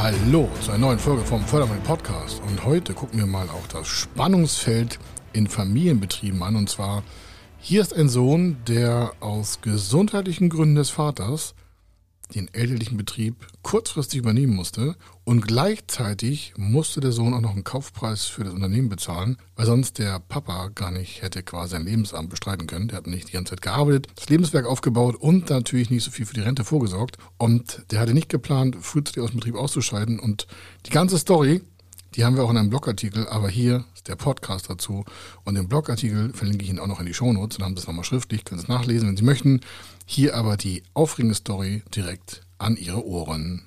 Hallo zu einer neuen Folge vom Fördermittel Podcast und heute gucken wir mal auch das Spannungsfeld in Familienbetrieben an, und zwar hier ist ein Sohn, der aus gesundheitlichen Gründen des Vaters den elterlichen Betrieb kurzfristig übernehmen musste und gleichzeitig musste der Sohn auch noch einen Kaufpreis für das Unternehmen bezahlen, weil sonst der Papa gar nicht hätte quasi sein Lebensamt bestreiten können. Der hat nicht die ganze Zeit gearbeitet, das Lebenswerk aufgebaut und natürlich nicht so viel für die Rente vorgesorgt, und der hatte nicht geplant, frühzeitig aus dem Betrieb auszuscheiden, und die ganze Story, die haben wir auch in einem Blogartikel, aber hier ist der Podcast dazu und den Blogartikel verlinke ich Ihnen auch noch in die Shownotes, dann haben Sie es nochmal schriftlich, können Sie es nachlesen, wenn Sie möchten. Hier aber die aufregende Story direkt an Ihre Ohren.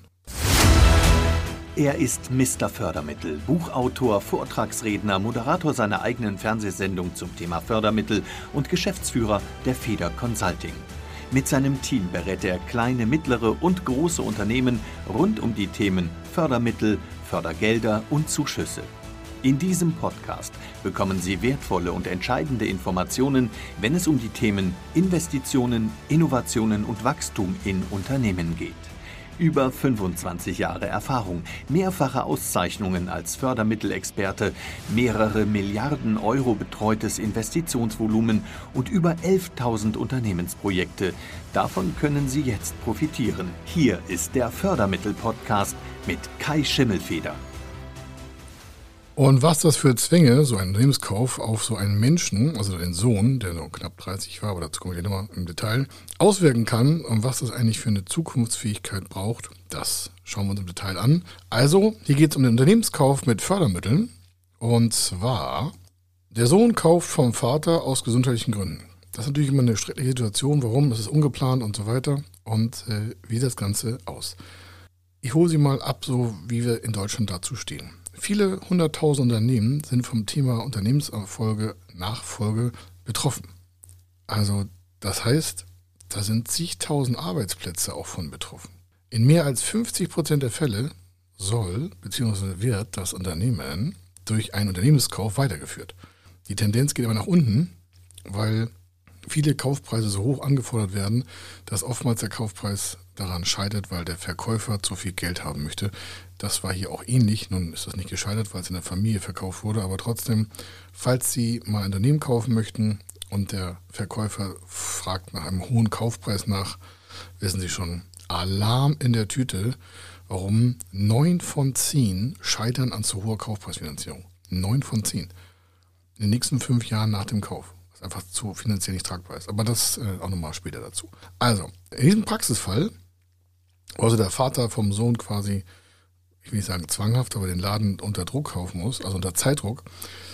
Er ist Mr. Fördermittel, Buchautor, Vortragsredner, Moderator seiner eigenen Fernsehsendung zum Thema Fördermittel und Geschäftsführer der Feder Consulting. Mit seinem Team berät er kleine, mittlere und große Unternehmen rund um die Themen Fördermittel, Fördergelder und Zuschüsse. In diesem Podcast bekommen Sie wertvolle und entscheidende Informationen, wenn es um die Themen Investitionen, Innovationen und Wachstum in Unternehmen geht. Über 25 Jahre Erfahrung, mehrfache Auszeichnungen als Fördermittelexperte, mehrere Milliarden Euro betreutes Investitionsvolumen und über 11.000 Unternehmensprojekte. Davon können Sie jetzt profitieren. Hier ist der Fördermittel-Podcast mit Kai Schimmelfeder. Und was das für Zwänge, so ein Unternehmenskauf auf so einen Menschen, also den Sohn, der noch knapp 30 war, aber dazu komme ich nochmal im Detail, auswirken kann und was das eigentlich für eine Zukunftsfähigkeit braucht, das schauen wir uns im Detail an. Also, hier geht es um den Unternehmenskauf mit Fördermitteln, und zwar, der Sohn kauft vom Vater aus gesundheitlichen Gründen. Das ist natürlich immer eine schreckliche Situation, warum, das ist ungeplant und so weiter, und wie sieht das Ganze aus? Ich hole Sie mal ab, so wie wir in Deutschland dazu stehen. Viele 100.000 Unternehmen sind vom Thema Unternehmenserfolge, Nachfolge betroffen. Also das heißt, da sind zigtausend Arbeitsplätze auch von betroffen. In mehr als 50% der Fälle soll bzw. wird das Unternehmen durch einen Unternehmenskauf weitergeführt. Die Tendenz geht aber nach unten, weil viele Kaufpreise so hoch angefordert werden, dass oftmals der Kaufpreis daran scheitert, weil der Verkäufer zu viel Geld haben möchte. Das war hier auch ähnlich. Nun ist das nicht gescheitert, weil es in der Familie verkauft wurde, aber trotzdem, falls Sie mal ein Unternehmen kaufen möchten und der Verkäufer fragt nach einem hohen Kaufpreis nach, wissen Sie schon, Alarm in der Tüte. Warum? 9 von 10 scheitern an zu hoher Kaufpreisfinanzierung. 9 von 10. In den nächsten 5 Jahren nach dem Kauf. Was einfach zu finanziell nicht tragbar ist. Aber das auch nochmal später dazu. Also, in diesem Praxisfall, wo also der Vater vom Sohn quasi, ich will nicht sagen zwanghaft, aber den Laden unter Druck kaufen muss, also unter Zeitdruck,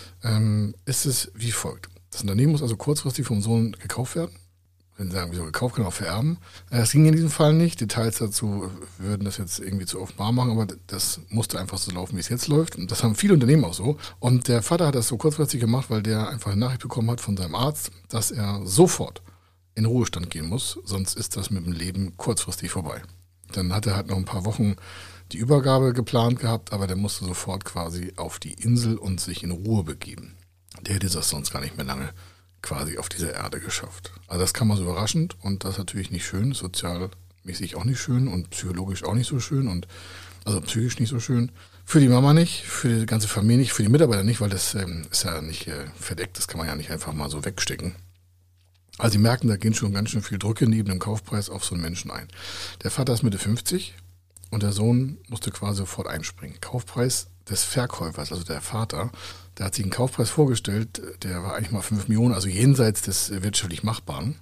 ist es wie folgt. Das Unternehmen muss also kurzfristig vom Sohn gekauft werden. Wenn Sie sagen, wieso gekauft, kann auch vererben. Das ging in diesem Fall nicht. Details dazu würden das jetzt irgendwie zu offenbar machen, aber das musste einfach so laufen, wie es jetzt läuft. Und das haben viele Unternehmen auch so. Und der Vater hat das so kurzfristig gemacht, weil der einfach eine Nachricht bekommen hat von seinem Arzt, dass er sofort in Ruhestand gehen muss, sonst ist das mit dem Leben kurzfristig vorbei. Dann hat er halt noch ein paar Wochen die Übergabe geplant gehabt, aber der musste sofort quasi auf die Insel und sich in Ruhe begeben. Der hätte das sonst gar nicht mehr lange quasi auf dieser Erde geschafft. Also das kam mal so überraschend, und das ist natürlich nicht schön, sozialmäßig auch nicht schön und psychologisch auch nicht so schön und also psychisch nicht so schön. Für die Mama nicht, für die ganze Familie nicht, für die Mitarbeiter nicht, weil das ist ja nicht verdeckt, das kann man ja nicht einfach mal so wegstecken. Also Sie merken, da gehen schon ganz schön viel Drücke neben dem Kaufpreis auf so einen Menschen ein. Der Vater ist Mitte 50 und der Sohn musste quasi sofort einspringen. Kaufpreis des Verkäufers, also der Vater, der hat sich einen Kaufpreis vorgestellt, der war eigentlich mal 5 Millionen, also jenseits des wirtschaftlich Machbaren.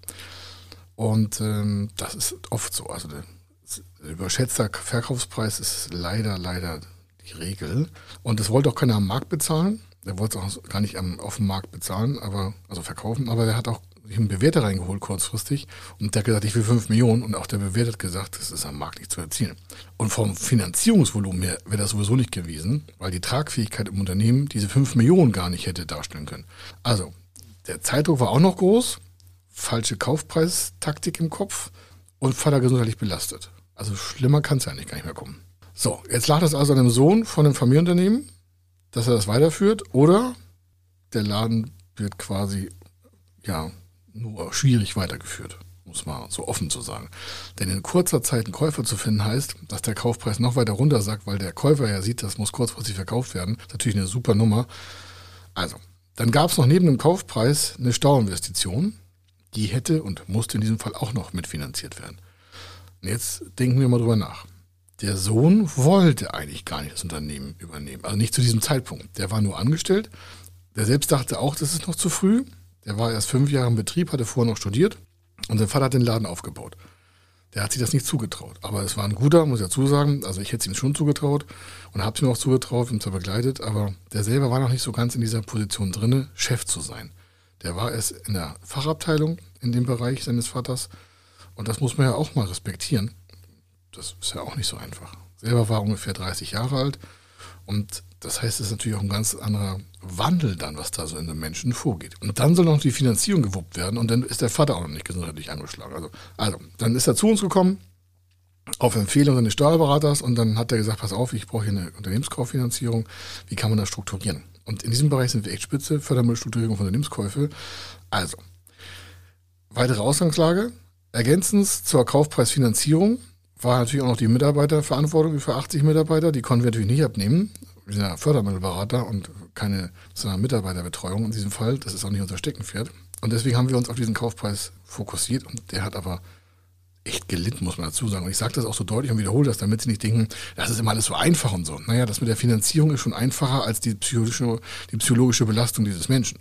Und das ist oft so. Also der überschätzte Verkaufspreis ist leider die Regel. Und das wollte auch keiner am Markt bezahlen. Der wollte es auch gar nicht auf dem Markt bezahlen, also verkaufen, aber der hat auch einen Bewerter reingeholt kurzfristig und der hat gesagt, ich will 5 Millionen, und auch der Bewerter hat gesagt, das ist am Markt nicht zu erzielen. Und vom Finanzierungsvolumen her wäre das sowieso nicht gewesen, weil die Tragfähigkeit im Unternehmen diese 5 Millionen gar nicht hätte darstellen können. Also, der Zeitdruck war auch noch groß, falsche Kaufpreistaktik im Kopf und Vater gesundheitlich belastet. Also schlimmer kann es ja eigentlich gar nicht mehr kommen. So, jetzt lag das also an dem Sohn von einem Familienunternehmen, dass er das weiterführt, oder der Laden wird quasi, nur schwierig weitergeführt. muss man so offen zu sagen. Denn in kurzer Zeit einen Käufer zu finden heißt, dass der Kaufpreis noch weiter runter sagt, weil der Käufer ja sieht, das muss kurzfristig verkauft werden. Das ist natürlich eine super Nummer. Also, dann gab es noch neben dem Kaufpreis eine Stauinvestition, die hätte und musste in diesem Fall auch noch mitfinanziert werden. Und jetzt denken wir mal drüber nach. Der Sohn wollte eigentlich gar nicht das Unternehmen übernehmen, also nicht zu diesem Zeitpunkt. Der war nur angestellt. Der selbst dachte auch, das ist noch zu früh. Der war erst 5 Jahre im Betrieb, hatte vorher noch studiert und sein Vater hat den Laden aufgebaut. Der hat sich das nicht zugetraut. Aber es war ein guter, muss ich dazu sagen. Also ich hätte es ihm schon zugetraut und habe es ihm auch zugetraut, ihn zwar begleitet, aber der selber war noch nicht so ganz in dieser Position drin, Chef zu sein. Der war erst in der Fachabteilung in dem Bereich seines Vaters und das muss man ja auch mal respektieren. Das ist ja auch nicht so einfach. Selber war ungefähr 30 Jahre alt und das heißt, es ist natürlich auch ein ganz anderer Wandel dann, was da so in den Menschen vorgeht. Und dann soll noch die Finanzierung gewuppt werden und dann ist der Vater auch noch nicht gesundheitlich angeschlagen. Also dann ist er zu uns gekommen, auf Empfehlung seines Steuerberaters und dann hat er gesagt, pass auf, ich brauche hier eine Unternehmenskauffinanzierung, wie kann man das strukturieren? Und in diesem Bereich sind wir echt spitze, Fördermittelstrukturierung von Unternehmenskäufe. Also, weitere Ausgangslage, ergänzend zur Kaufpreisfinanzierung war natürlich auch noch die Mitarbeiterverantwortung für 80 Mitarbeiter, die konnten wir natürlich nicht abnehmen. Wir sind ja Fördermittelberater und keine Mitarbeiterbetreuung in diesem Fall. Das ist auch nicht unser Steckenpferd. Und deswegen haben wir uns auf diesen Kaufpreis fokussiert und der hat aber echt gelitten, muss man dazu sagen. Und ich sage das auch so deutlich und wiederhole das, damit Sie nicht denken, das ist immer alles so einfach und so. Naja, das mit der Finanzierung ist schon einfacher als die psychologische Belastung dieses Menschen.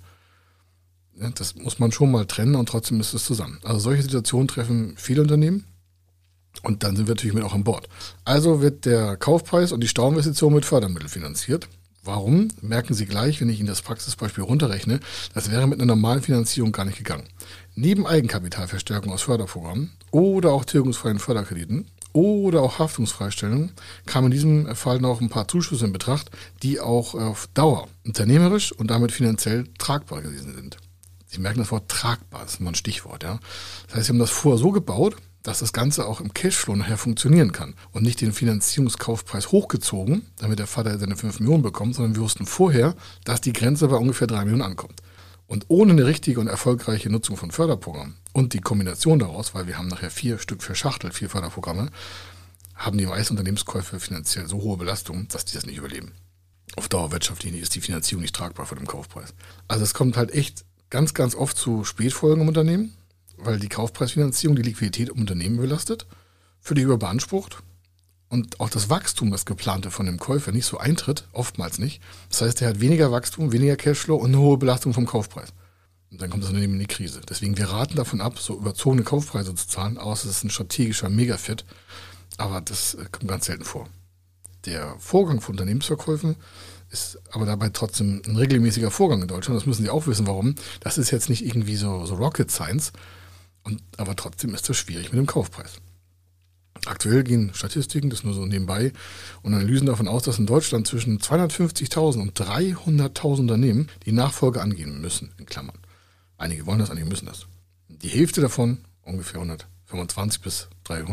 Ja, das muss man schon mal trennen und trotzdem ist es zusammen. Also solche Situationen treffen viele Unternehmen. Und dann sind wir natürlich mit auch an Bord. Also wird der Kaufpreis und die Stauinvestition mit Fördermitteln finanziert. Warum? Merken Sie gleich, wenn ich Ihnen das Praxisbeispiel runterrechne, das wäre mit einer normalen Finanzierung gar nicht gegangen. Neben Eigenkapitalverstärkung aus Förderprogrammen oder auch tilgungsfreien Förderkrediten oder auch Haftungsfreistellungen kamen in diesem Fall noch ein paar Zuschüsse in Betracht, die auch auf Dauer unternehmerisch und damit finanziell tragbar gewesen sind. Sie merken das Wort tragbar, das ist immer ein Stichwort. Ja? Das heißt, Sie haben das vorher so gebaut, dass das Ganze auch im Cashflow nachher funktionieren kann und nicht den Finanzierungskaufpreis hochgezogen, damit der Vater seine 5 Millionen bekommt, sondern wir wussten vorher, dass die Grenze bei ungefähr 3 Millionen ankommt. Und ohne eine richtige und erfolgreiche Nutzung von Förderprogrammen und die Kombination daraus, weil wir haben nachher 4 Stück verschachtelt, 4 Förderprogramme, haben die meisten Unternehmenskäufe finanziell so hohe Belastungen, dass die das nicht überleben. Auf Dauer wirtschaftlich ist die Finanzierung nicht tragbar vor dem Kaufpreis. Also es kommt halt echt ganz, ganz oft zu Spätfolgen im Unternehmen, weil die Kaufpreisfinanzierung die Liquidität im Unternehmen belastet, für die überbeansprucht und auch das Wachstum, das geplante von dem Käufer nicht so eintritt, oftmals nicht. Das heißt, er hat weniger Wachstum, weniger Cashflow und eine hohe Belastung vom Kaufpreis. Und dann kommt das Unternehmen in die Krise. Deswegen, wir raten davon ab, so überzogene Kaufpreise zu zahlen, außer es ist ein strategischer Megafit, aber das kommt ganz selten vor. Der Vorgang von Unternehmensverkäufen ist aber dabei trotzdem ein regelmäßiger Vorgang in Deutschland. Das müssen Sie auch wissen, warum. Das ist jetzt nicht irgendwie so Rocket Science, aber trotzdem ist das schwierig mit dem Kaufpreis. Aktuell gehen Statistiken, das nur so nebenbei, und Analysen davon aus, dass in Deutschland zwischen 250.000 und 300.000 Unternehmen die Nachfolge angehen müssen, in Klammern. Einige wollen das, einige müssen das. Die Hälfte davon, ungefähr 125 bis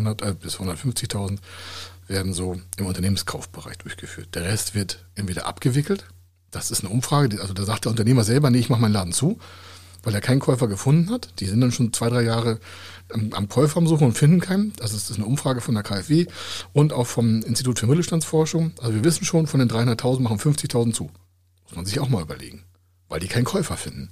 150.000, werden so im Unternehmenskaufbereich durchgeführt. Der Rest wird entweder abgewickelt, das ist eine Umfrage, also da sagt der Unternehmer selber, nee, ich mache meinen Laden zu, weil er keinen Käufer gefunden hat. Die sind dann schon 2-3 Jahre am Käufer am Suchen und finden keinen. Das ist eine Umfrage von der KfW und auch vom Institut für Mittelstandsforschung. Also wir wissen schon, von den 300.000 machen 50.000 zu. Muss man sich auch mal überlegen, weil die keinen Käufer finden.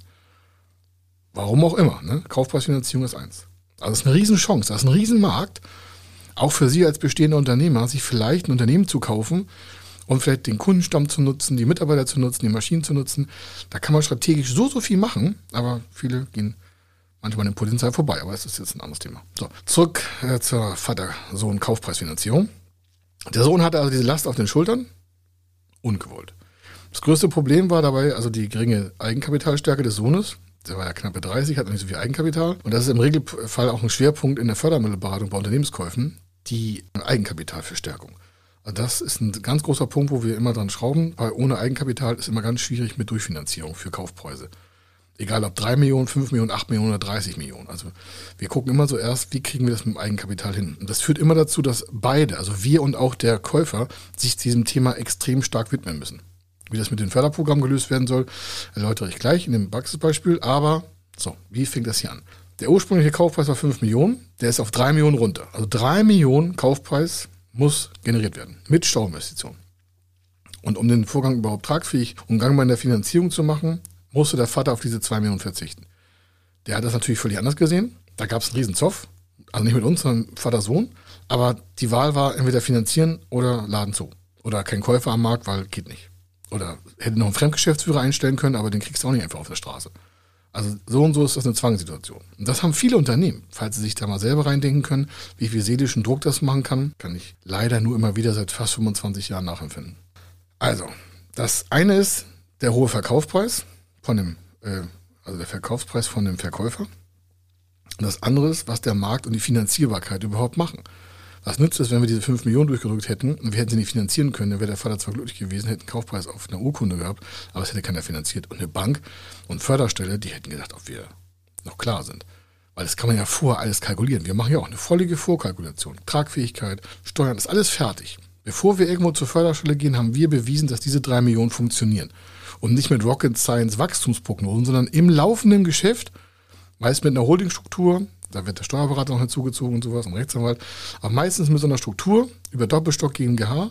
Warum auch immer, ne? Kaufpreisfinanzierung ist eins. Also das ist eine Riesenchance, das ist ein Riesenmarkt, auch für Sie als bestehender Unternehmer, sich vielleicht ein Unternehmen zu kaufen und vielleicht den Kundenstamm zu nutzen, die Mitarbeiter zu nutzen, die Maschinen zu nutzen. Da kann man strategisch so viel machen, aber viele gehen manchmal an dem Potenzial vorbei. Aber das ist jetzt ein anderes Thema. So, zurück zur Vater-Sohn-Kaufpreisfinanzierung. Der Sohn hatte also diese Last auf den Schultern, ungewollt. Das größte Problem war dabei also die geringe Eigenkapitalstärke des Sohnes. Der war ja knappe 30, hat noch nicht so viel Eigenkapital. Und das ist im Regelfall auch ein Schwerpunkt in der Fördermittelberatung bei Unternehmenskäufen, die Eigenkapitalverstärkung. Also das ist ein ganz großer Punkt, wo wir immer dran schrauben, weil ohne Eigenkapital ist immer ganz schwierig mit Durchfinanzierung für Kaufpreise. Egal ob 3 Millionen, 5 Millionen, 8 Millionen oder 30 Millionen. Also wir gucken immer so erst, wie kriegen wir das mit dem Eigenkapital hin. Und das führt immer dazu, dass beide, also wir und auch der Käufer, sich diesem Thema extrem stark widmen müssen. Wie das mit den Förderprogrammen gelöst werden soll, erläutere ich gleich in dem Praxisbeispiel. Aber so, wie fängt das hier an? der ursprüngliche Kaufpreis war 5 Millionen, der ist auf 3 Millionen runter. Also 3 Millionen Kaufpreis muss generiert werden mit Steuerinvestitionen. Und um den Vorgang überhaupt tragfähig und gangbar in der Finanzierung zu machen, musste der Vater auf diese 2 Millionen verzichten. Der hat das natürlich völlig anders gesehen. Da gab es einen riesen Zoff. Also nicht mit uns, sondern Vater-Sohn. Aber die Wahl war entweder finanzieren oder Laden zu. Oder kein Käufer am Markt, weil geht nicht. Oder hätte noch einen Fremdgeschäftsführer einstellen können, aber den kriegst du auch nicht einfach auf der Straße. Also so und so ist das eine Zwangssituation. Und das haben viele Unternehmen. Falls sie sich da mal selber reindenken können, wie viel seelischen Druck das machen kann ich leider nur immer wieder seit fast 25 Jahren nachempfinden. Also, das eine ist der hohe Verkaufspreis von dem, der Verkaufspreis von dem Verkäufer. Und das andere ist, was der Markt und die Finanzierbarkeit überhaupt machen. Was nützt es, wenn wir diese 5 Millionen durchgedrückt hätten und wir hätten sie nicht finanzieren können, dann wäre der Vater zwar glücklich gewesen, hätte einen Kaufpreis auf einer Urkunde gehabt, aber es hätte keiner finanziert. Und eine Bank und Förderstelle, die hätten gedacht, ob wir noch klar sind. Weil das kann man ja vorher alles kalkulieren. Wir machen ja auch eine völlige Vorkalkulation. Tragfähigkeit, Steuern, ist alles fertig. Bevor wir irgendwo zur Förderstelle gehen, haben wir bewiesen, dass diese 3 Millionen funktionieren. Und nicht mit Rocket Science Wachstumsprognosen, sondern im laufenden Geschäft, meist mit einer Holdingstruktur, da wird der Steuerberater noch hinzugezogen und sowas, und Rechtsanwalt, aber meistens mit so einer Struktur über Doppelstock GmbH,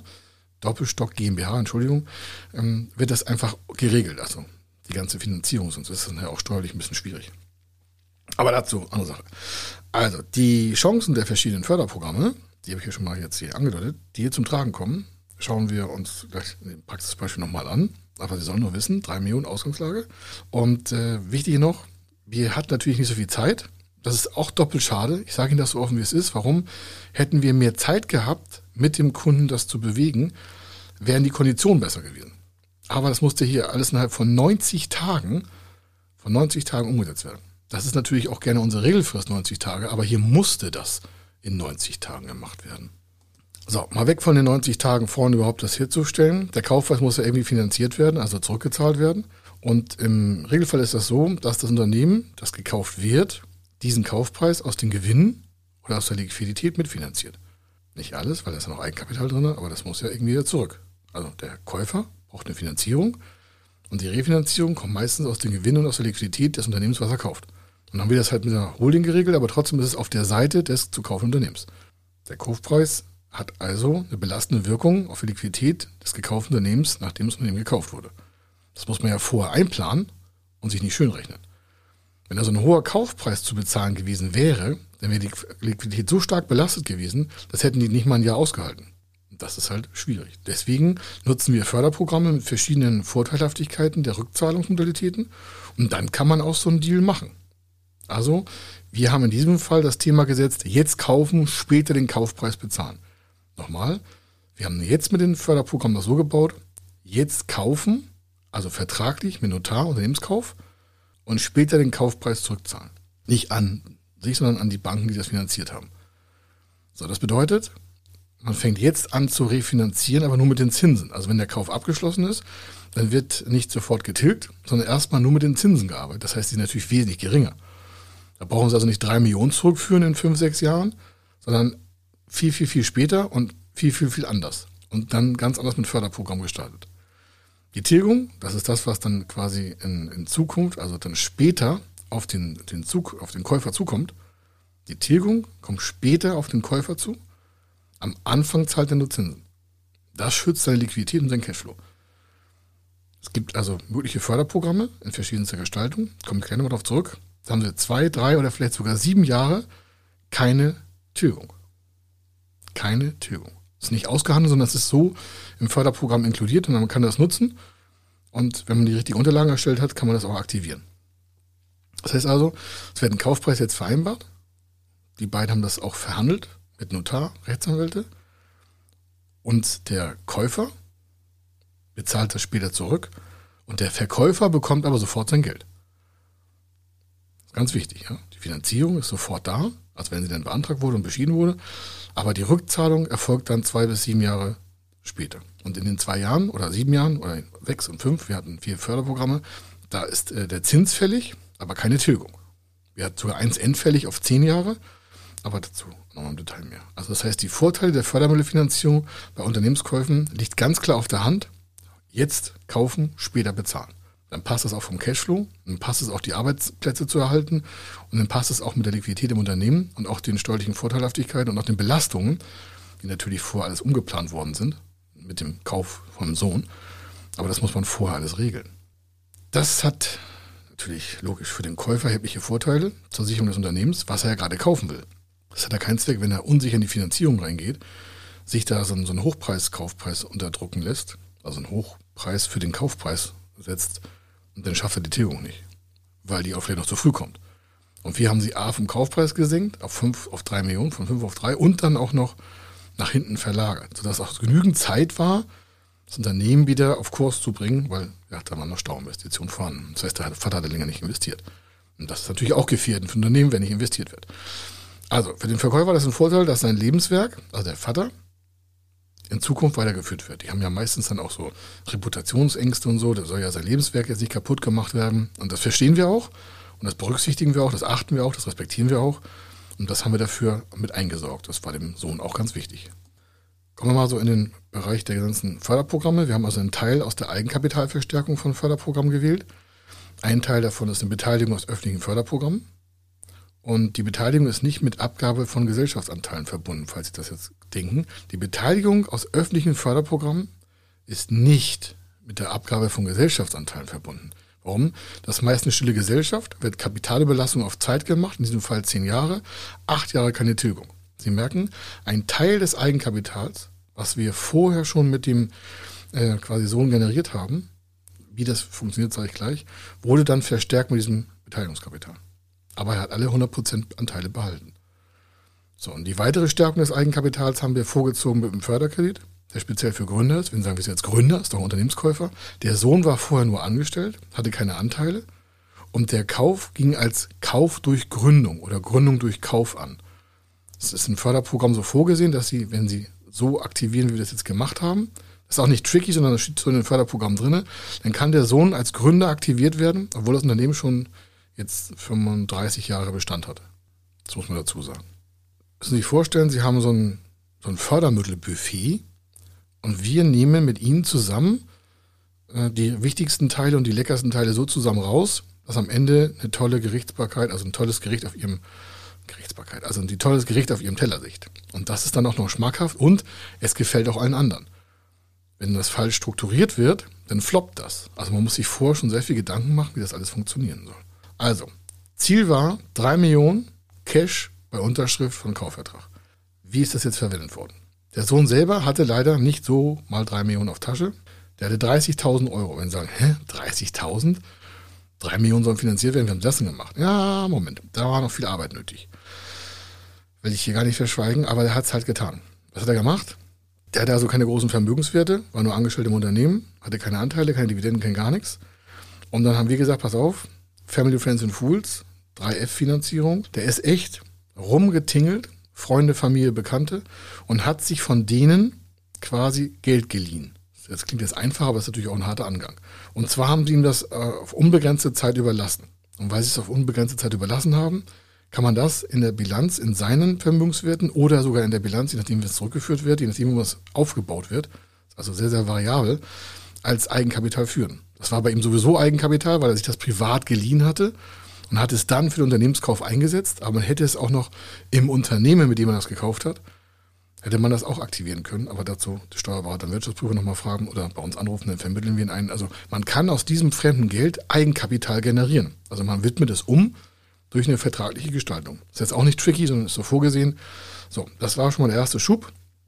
wird das einfach geregelt. Also die ganze Finanzierung, sonst ist das ja auch steuerlich ein bisschen schwierig. Aber dazu, andere Sache. Also die Chancen der verschiedenen Förderprogramme, die habe ich ja schon mal jetzt hier angedeutet, die hier zum Tragen kommen, schauen wir uns gleich in dem Praxisbeispiel nochmal an. Aber Sie sollen nur wissen, 3 Millionen Ausgangslage. Und wichtig noch, wir hatten natürlich nicht so viel Zeit. Das ist auch doppelt schade. Ich sage Ihnen das so offen, wie es ist. Warum? Hätten wir mehr Zeit gehabt, mit dem Kunden das zu bewegen, wären die Konditionen besser gewesen. Aber das musste hier alles innerhalb von 90 Tagen umgesetzt werden. Das ist natürlich auch gerne unsere Regelfrist, 90 Tage, aber hier musste das in 90 Tagen gemacht werden. So, mal weg von den 90 Tagen vorne überhaupt das herzustellen. Der Kaufpreis muss ja irgendwie finanziert werden, also zurückgezahlt werden. Und im Regelfall ist das so, dass das Unternehmen, das gekauft wird, diesen Kaufpreis aus den Gewinnen oder aus der Liquidität mitfinanziert. Nicht alles, weil da ist ja noch Eigenkapital drin, aber das muss ja irgendwie wieder zurück. Also der Käufer braucht eine Finanzierung und die Refinanzierung kommt meistens aus den Gewinnen und aus der Liquidität des Unternehmens, was er kauft. Und dann haben wir das halt mit einer Holding geregelt, aber trotzdem ist es auf der Seite des zu kaufenden Unternehmens. Der Kaufpreis hat also eine belastende Wirkung auf die Liquidität des gekauften Unternehmens, nachdem das Unternehmen gekauft wurde. Das muss man ja vorher einplanen und sich nicht schönrechnen. Wenn also ein hoher Kaufpreis zu bezahlen gewesen wäre, dann wäre die Liquidität so stark belastet gewesen, das hätten die nicht mal ein Jahr ausgehalten. Und das ist halt schwierig. Deswegen nutzen wir Förderprogramme mit verschiedenen Vorteilhaftigkeiten der Rückzahlungsmodalitäten und dann kann man auch so einen Deal machen. Also, wir haben in diesem Fall das Thema gesetzt, jetzt kaufen, später den Kaufpreis bezahlen. Nochmal, wir haben jetzt mit dem Förderprogramm das so gebaut, jetzt kaufen, also vertraglich mit Notar, Unternehmenskauf und später den Kaufpreis zurückzahlen. Nicht an sich, sondern an die Banken, die das finanziert haben. So, das bedeutet, man fängt jetzt an zu refinanzieren, aber nur mit den Zinsen. Also wenn der Kauf abgeschlossen ist, dann wird nicht sofort getilgt, sondern erstmal nur mit den Zinsen gearbeitet. Das heißt, die sind natürlich wesentlich geringer. Da brauchen Sie also nicht 3 Millionen zurückführen in 5, 6 Jahren, sondern viel, viel, viel später und viel, viel, viel anders. Und dann ganz anders mit Förderprogramm gestartet. Die Tilgung, das ist das, was dann quasi in Zukunft, also dann später auf den Käufer zukommt. Die Tilgung kommt später auf den Käufer zu. Am Anfang zahlt er nur Zinsen. Das schützt seine Liquidität und seinen Cashflow. Es gibt also mögliche Förderprogramme in verschiedenster Gestaltung. Komme ich gerne mal darauf zurück. Da haben Sie 2, 3 oder vielleicht sogar 7 Jahre keine Tilgung. Keine Tilgung. Das ist nicht ausgehandelt, sondern es ist so im Förderprogramm inkludiert und man kann das nutzen. Und wenn man die richtigen Unterlagen erstellt hat, kann man das auch aktivieren. Das heißt also, es wird ein Kaufpreis jetzt vereinbart. Die beiden haben das auch verhandelt mit Notar, Rechtsanwälte. Und der Käufer bezahlt das später zurück. Und der Verkäufer bekommt aber sofort sein Geld. Das ist ganz wichtig. Ja? Die Finanzierung ist sofort da, als wenn sie dann beantragt wurde und beschieden wurde. Aber die Rückzahlung erfolgt dann 2 bis 7 Jahre später. Und in den 2 Jahren oder 7 Jahren oder in 6 und 5, wir hatten 4 Förderprogramme, da ist der Zins fällig, aber keine Tilgung. Wir hatten sogar eins endfällig auf 10 Jahre, aber dazu nochmal im Detail mehr. Also das heißt, die Vorteile der Fördermittelfinanzierung bei Unternehmenskäufen liegt ganz klar auf der Hand. Jetzt kaufen, später bezahlen. Dann passt das auch vom Cashflow, dann passt es auch, die Arbeitsplätze zu erhalten und dann passt es auch mit der Liquidität im Unternehmen und auch den steuerlichen Vorteilhaftigkeiten und auch den Belastungen, die natürlich vorher alles umgeplant worden sind mit dem Kauf vom Sohn. Aber das muss man vorher alles regeln. Das hat natürlich logisch für den Käufer erhebliche Vorteile zur Sicherung des Unternehmens, was er ja gerade kaufen will. Das hat ja keinen Zweck, wenn er unsicher in die Finanzierung reingeht, sich da so einen Hochpreiskaufpreis unterdrucken lässt, also einen Hochpreis für den Kaufpreis setzt und dann schafft er die Tilgung nicht, weil die auch vielleicht noch zu früh kommt. Und wir haben sie vom Kaufpreis gesenkt auf 3 Millionen, von 5 auf 3 und dann auch noch nach hinten verlagert, sodass auch genügend Zeit war, das Unternehmen wieder auf Kurs zu bringen, weil da waren noch Stauinvestitionen vorhanden. Das heißt, der Vater hatte länger nicht investiert. Und das ist natürlich auch gefährdend für ein Unternehmen, wenn nicht investiert wird. Also für den Verkäufer ist ein Vorteil, dass sein Lebenswerk, also der Vater, in Zukunft weitergeführt wird. Die haben ja meistens dann auch so Reputationsängste und so. Da soll ja sein Lebenswerk jetzt nicht kaputt gemacht werden. Und das verstehen wir auch. Und das berücksichtigen wir auch, das achten wir auch, das respektieren wir auch. Und das haben wir dafür mit eingesorgt. Das war dem Sohn auch ganz wichtig. Kommen wir mal so in den Bereich der ganzen Förderprogramme. Wir haben also einen Teil aus der Eigenkapitalverstärkung von Förderprogrammen gewählt. Ein Teil davon ist eine Beteiligung aus öffentlichen Förderprogrammen. Und die Beteiligung ist nicht mit Abgabe von Gesellschaftsanteilen verbunden, falls Sie das jetzt denken. Die Beteiligung aus öffentlichen Förderprogrammen ist nicht mit der Abgabe von Gesellschaftsanteilen verbunden. Warum? Das ist meist eine stille Gesellschaft, wird Kapitalbelastung auf Zeit gemacht, in diesem Fall 10 Jahre, 8 Jahre keine Tilgung. Sie merken, ein Teil des Eigenkapitals, was wir vorher schon mit dem quasi Sohn generiert haben, wie das funktioniert, sage ich gleich, wurde dann verstärkt mit diesem Beteiligungskapital. Aber er hat alle 100% Anteile behalten. So, und die weitere Stärkung des Eigenkapitals haben wir vorgezogen mit dem Förderkredit, der speziell für Gründer ist. Wenn sagen wir es jetzt Gründer, ist doch ein Unternehmenskäufer. Der Sohn war vorher nur angestellt, hatte keine Anteile. Und der Kauf ging als Kauf durch Gründung oder Gründung durch Kauf an. Es ist im Förderprogramm so vorgesehen, dass Sie, wenn Sie so aktivieren, wie wir das jetzt gemacht haben, das ist auch nicht tricky, sondern das steht so in dem Förderprogramm drin, dann kann der Sohn als Gründer aktiviert werden, obwohl das Unternehmen schon jetzt 35 Jahre Bestand hatte. Das muss man dazu sagen. Müssen Sie sich vorstellen, Sie haben so ein Fördermittelbuffet und wir nehmen mit Ihnen zusammen die wichtigsten Teile und die leckersten Teile so zusammen raus, dass am Ende eine tolle Gerichtsbarkeit, also ein tolles Gericht auf Ihrem tolles Gericht auf Ihrem Teller liegt. Und das ist dann auch noch schmackhaft und es gefällt auch allen anderen. Wenn das falsch strukturiert wird, dann floppt das. Also man muss sich vorher schon sehr viel Gedanken machen, wie das alles funktionieren soll. Also, Ziel war 3 Millionen Cash bei Unterschrift von Kaufvertrag. Wie ist das jetzt verwendet worden? Der Sohn selber hatte leider nicht so mal 3 Millionen auf Tasche. Der hatte 30.000 Euro. Wenn Sie sagen, 30.000? 3 Millionen sollen finanziert werden, wir haben das denn gemacht. Ja, Moment, da war noch viel Arbeit nötig. Will ich hier gar nicht verschweigen, aber der hat es halt getan. Was hat er gemacht? Der hatte also keine großen Vermögenswerte, war nur angestellt im Unternehmen, hatte keine Anteile, keine Dividenden, kein gar nichts. Und dann haben wir gesagt, pass auf, Family, Friends and Fools, 3F-Finanzierung, der ist echt rumgetingelt, Freunde, Familie, Bekannte und hat sich von denen quasi Geld geliehen. Das klingt jetzt einfach, aber das ist natürlich auch ein harter Angang. Und zwar haben sie ihm das auf unbegrenzte Zeit überlassen. Und weil sie es auf unbegrenzte Zeit überlassen haben, kann man das in der Bilanz, in seinen Vermögenswerten oder sogar in der Bilanz, je nachdem wie es zurückgeführt wird, je nachdem wie was aufgebaut wird, also sehr, sehr variabel, als Eigenkapital führen. Das war bei ihm sowieso Eigenkapital, weil er sich das privat geliehen hatte und hat es dann für den Unternehmenskauf eingesetzt, aber man hätte es auch noch im Unternehmen, mit dem man das gekauft hat, hätte man das auch aktivieren können, aber dazu die Steuerberater und Wirtschaftsprüfer nochmal fragen oder bei uns anrufen, dann vermitteln wir ihn ein. Also man kann aus diesem fremden Geld Eigenkapital generieren. Also man widmet es durch eine vertragliche Gestaltung. Das ist jetzt auch nicht tricky, sondern ist so vorgesehen. So, das war schon mal der erste Schub.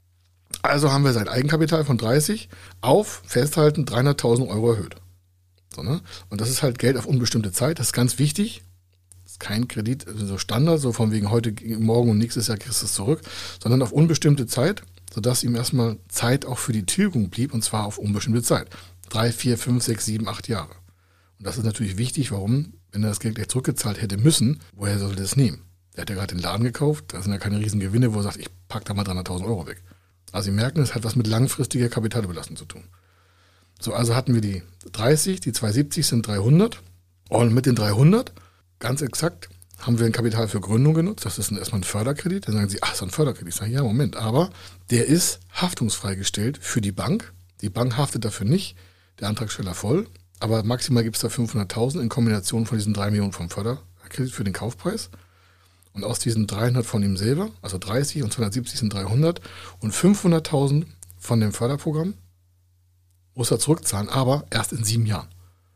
Also haben wir sein Eigenkapital von 30 auf, festhalten, 300.000 Euro erhöht. So, ne? Und das ist halt Geld auf unbestimmte Zeit, das ist ganz wichtig. Das ist kein Kredit, so Standard, so von wegen heute, morgen und nächstes Jahr kriegst du es zurück, sondern auf unbestimmte Zeit, sodass ihm erstmal Zeit auch für die Tilgung blieb, und zwar auf unbestimmte Zeit. 3, 4, 5, 6, 7, 8 Jahre. Und das ist natürlich wichtig, warum? Wenn er das Geld gleich zurückgezahlt hätte müssen, woher sollte er das nehmen? Der hat ja gerade den Laden gekauft, da sind ja keine riesen Gewinne, wo er sagt, ich packe da mal 300.000 Euro weg. Also Sie merken, es hat was mit langfristiger Kapitalbelastung zu tun. So, also hatten wir die 30, die 270 sind 300. Und mit den 300, ganz exakt, haben wir ein Kapital für Gründung genutzt. Das ist erstmal ein Förderkredit. Dann sagen Sie, ist ein Förderkredit. Ich sage, ja, Moment, aber der ist haftungsfrei gestellt für die Bank. Die Bank haftet dafür nicht, der Antragsteller voll. aber maximal gibt es da 500.000 in Kombination von diesen 3 Millionen vom Förderkredit für den Kaufpreis. Und aus diesen 300 von ihm selber, also 30 und 270 sind 300 und 500.000 von dem Förderprogramm muss er zurückzahlen, aber erst in 7 Jahren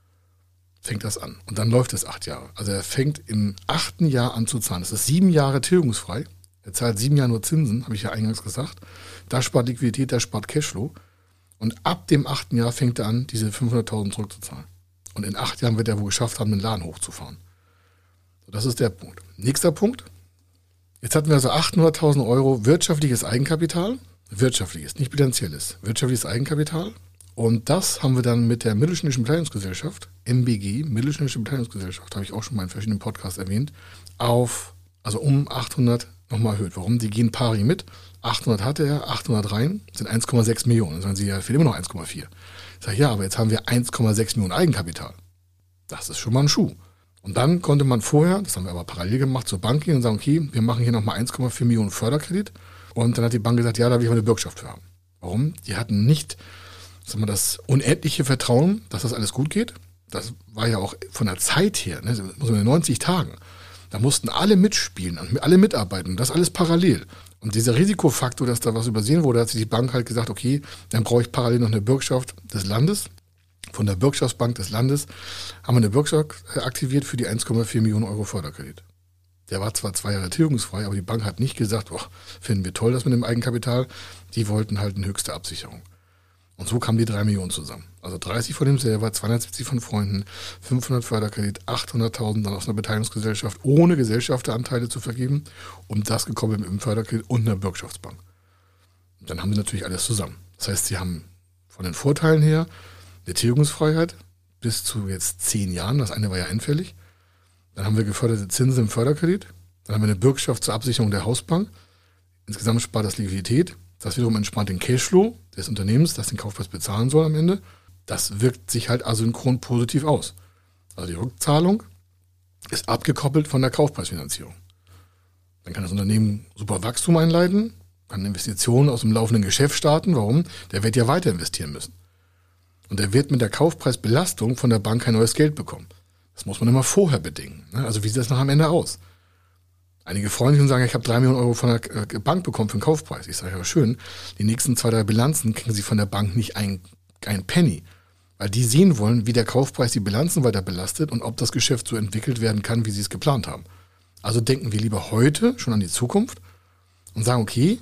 fängt das an. Und dann läuft es 8 Jahre. Also er fängt im 8. Jahr an zu zahlen. Das ist 7 Jahre tilgungsfrei. Er zahlt 7 Jahre nur Zinsen, habe ich ja eingangs gesagt. Da spart Liquidität, da spart Cashflow. Und ab dem 8. Jahr fängt er an, diese 500.000 zurückzuzahlen. Und in 8 Jahren wird er wohl geschafft haben, den Laden hochzufahren. So, das ist der Punkt. Nächster Punkt. Jetzt hatten wir also 800.000 Euro wirtschaftliches Eigenkapital. Wirtschaftliches, nicht bilanzielles. Wirtschaftliches Eigenkapital. Und das haben wir dann mit der Mittelständischen Beteiligungsgesellschaft, MBG, Mittelständische Beteiligungsgesellschaft, habe ich auch schon mal in verschiedenen Podcasts erwähnt, also um 800 nochmal erhöht. Warum? Die gehen pari mit. 800 hatte er, 800 rein, sind 1,6 Millionen. Dann sagen sie, ja, fehlt immer noch 1,4. Ich sage, ja, aber jetzt haben wir 1,6 Millionen Eigenkapital. Das ist schon mal ein Schuh. Und dann konnte man vorher, das haben wir aber parallel gemacht, zur Bank gehen und sagen, okay, wir machen hier nochmal 1,4 Millionen Förderkredit. Und dann hat die Bank gesagt, ja, da will ich mal eine Bürgschaft für haben. Warum? Die hatten nicht das unendliche Vertrauen, dass das alles gut geht. Das war ja auch von der Zeit her, ne, muss man in 90 Tagen. Da mussten alle mitspielen, alle mitarbeiten, das alles parallel. Und dieser Risikofaktor, dass da was übersehen wurde, hat sich die Bank halt gesagt, okay, dann brauche ich parallel noch eine Bürgschaft des Landes. Von der Bürgschaftsbank des Landes haben wir eine Bürgschaft aktiviert für die 1,4 Millionen Euro Förderkredit. Der war zwar 2 Jahre tilgungsfrei, aber die Bank hat nicht gesagt, finden wir toll, das mit dem Eigenkapital. Die wollten halt eine höchste Absicherung. Und so kamen die 3 Millionen zusammen. Also 30 von dem selber, 270 von Freunden, 500 Förderkredit, 800.000 dann aus einer Beteiligungsgesellschaft, ohne Gesellschafteranteile zu vergeben. Und das gekoppelt mit einem Förderkredit und einer Bürgschaftsbank. Und dann haben sie natürlich alles zusammen. Das heißt, sie haben von den Vorteilen her eine Tilgungsfreiheit bis zu jetzt 10 Jahren. Das eine war ja endfällig. Dann haben wir geförderte Zinsen im Förderkredit. Dann haben wir eine Bürgschaft zur Absicherung der Hausbank. Insgesamt spart das Liquidität. Das wiederum entspannt den Cashflow des Unternehmens, das den Kaufpreis bezahlen soll am Ende. Das wirkt sich halt asynchron positiv aus. Also die Rückzahlung ist abgekoppelt von der Kaufpreisfinanzierung. Dann kann das Unternehmen super Wachstum einleiten, kann Investitionen aus dem laufenden Geschäft starten. Warum? Der wird ja weiter investieren müssen. Und er wird mit der Kaufpreisbelastung von der Bank kein neues Geld bekommen. Das muss man immer vorher bedenken. Also wie sieht das nach am Ende aus? Einige freuen sich und sagen, ich habe 3 Millionen Euro von der Bank bekommen für den Kaufpreis. Ich sage, ja schön, die nächsten 2, 3 Bilanzen kriegen sie von der Bank nicht ein Penny. Weil die sehen wollen, wie der Kaufpreis die Bilanzen weiter belastet und ob das Geschäft so entwickelt werden kann, wie sie es geplant haben. Also denken wir lieber heute schon an die Zukunft und sagen, okay,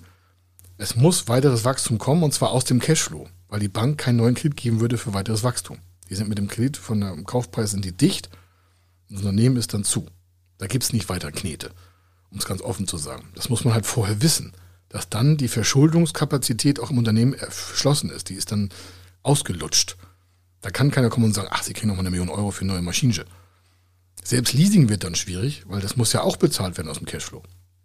es muss weiteres Wachstum kommen und zwar aus dem Cashflow, weil die Bank keinen neuen Kredit geben würde für weiteres Wachstum. Die sind mit dem Kredit von dem Kaufpreis sind die dicht und das Unternehmen ist dann zu. Da gibt es nicht weiter Knete. Um es ganz offen zu sagen. Das muss man halt vorher wissen, dass dann die Verschuldungskapazität auch im Unternehmen erschlossen ist. Die ist dann ausgelutscht. Da kann keiner kommen und sagen, ach, Sie kriegen noch mal 1 Million Euro für eine neue Maschine. Selbst Leasing wird dann schwierig, weil das muss ja auch bezahlt werden aus dem Cashflow.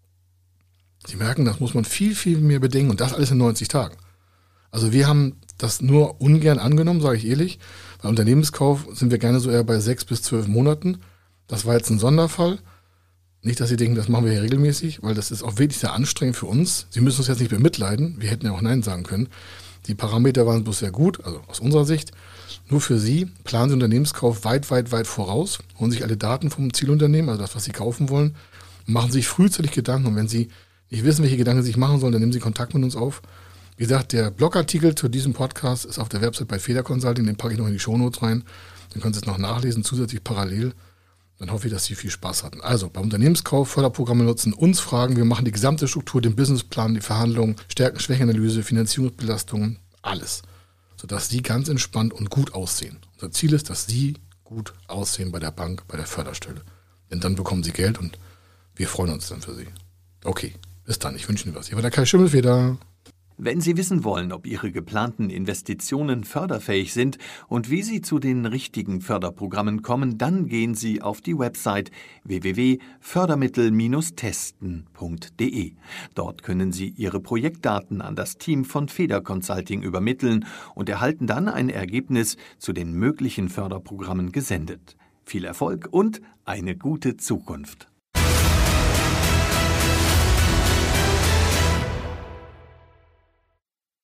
Sie merken, das muss man viel, viel mehr bedenken und das alles in 90 Tagen. Also wir haben das nur ungern angenommen, sage ich ehrlich. Bei Unternehmenskauf sind wir gerne so eher bei 6 bis 12 Monaten. Das war jetzt ein Sonderfall. Nicht, dass Sie denken, das machen wir hier regelmäßig, weil das ist auch wirklich sehr anstrengend für uns. Sie müssen uns jetzt nicht bemitleiden. Wir hätten ja auch Nein sagen können. Die Parameter waren bloß sehr gut, also aus unserer Sicht. Nur für Sie planen Sie Unternehmenskauf weit, weit, weit voraus, holen sich alle Daten vom Zielunternehmen, also das, was Sie kaufen wollen, und machen sich frühzeitig Gedanken. Und wenn Sie nicht wissen, welche Gedanken Sie sich machen sollen, dann nehmen Sie Kontakt mit uns auf. Wie gesagt, der Blogartikel zu diesem Podcast ist auf der Website bei Feder Consulting, den packe ich noch in die Shownotes rein. Dann können Sie es noch nachlesen, zusätzlich parallel. Dann hoffe ich, dass Sie viel Spaß hatten. Also beim Unternehmenskauf, Förderprogramme nutzen, uns fragen. Wir machen die gesamte Struktur, den Businessplan, die Verhandlungen, Stärken-Schwächen-Analyse, Finanzierungsbelastungen, alles. Sodass Sie ganz entspannt und gut aussehen. Unser Ziel ist, dass Sie gut aussehen bei der Bank, bei der Förderstelle. Denn dann bekommen Sie Geld und wir freuen uns dann für Sie. Okay, bis dann. Ich wünsche Ihnen was. Hier war der Kai Schimmelfeder. Wenn Sie wissen wollen, ob Ihre geplanten Investitionen förderfähig sind und wie Sie zu den richtigen Förderprogrammen kommen, dann gehen Sie auf die Website www.fördermittel-testen.de. Dort können Sie Ihre Projektdaten an das Team von Feder Consulting übermitteln und erhalten dann ein Ergebnis zu den möglichen Förderprogrammen gesendet. Viel Erfolg und eine gute Zukunft!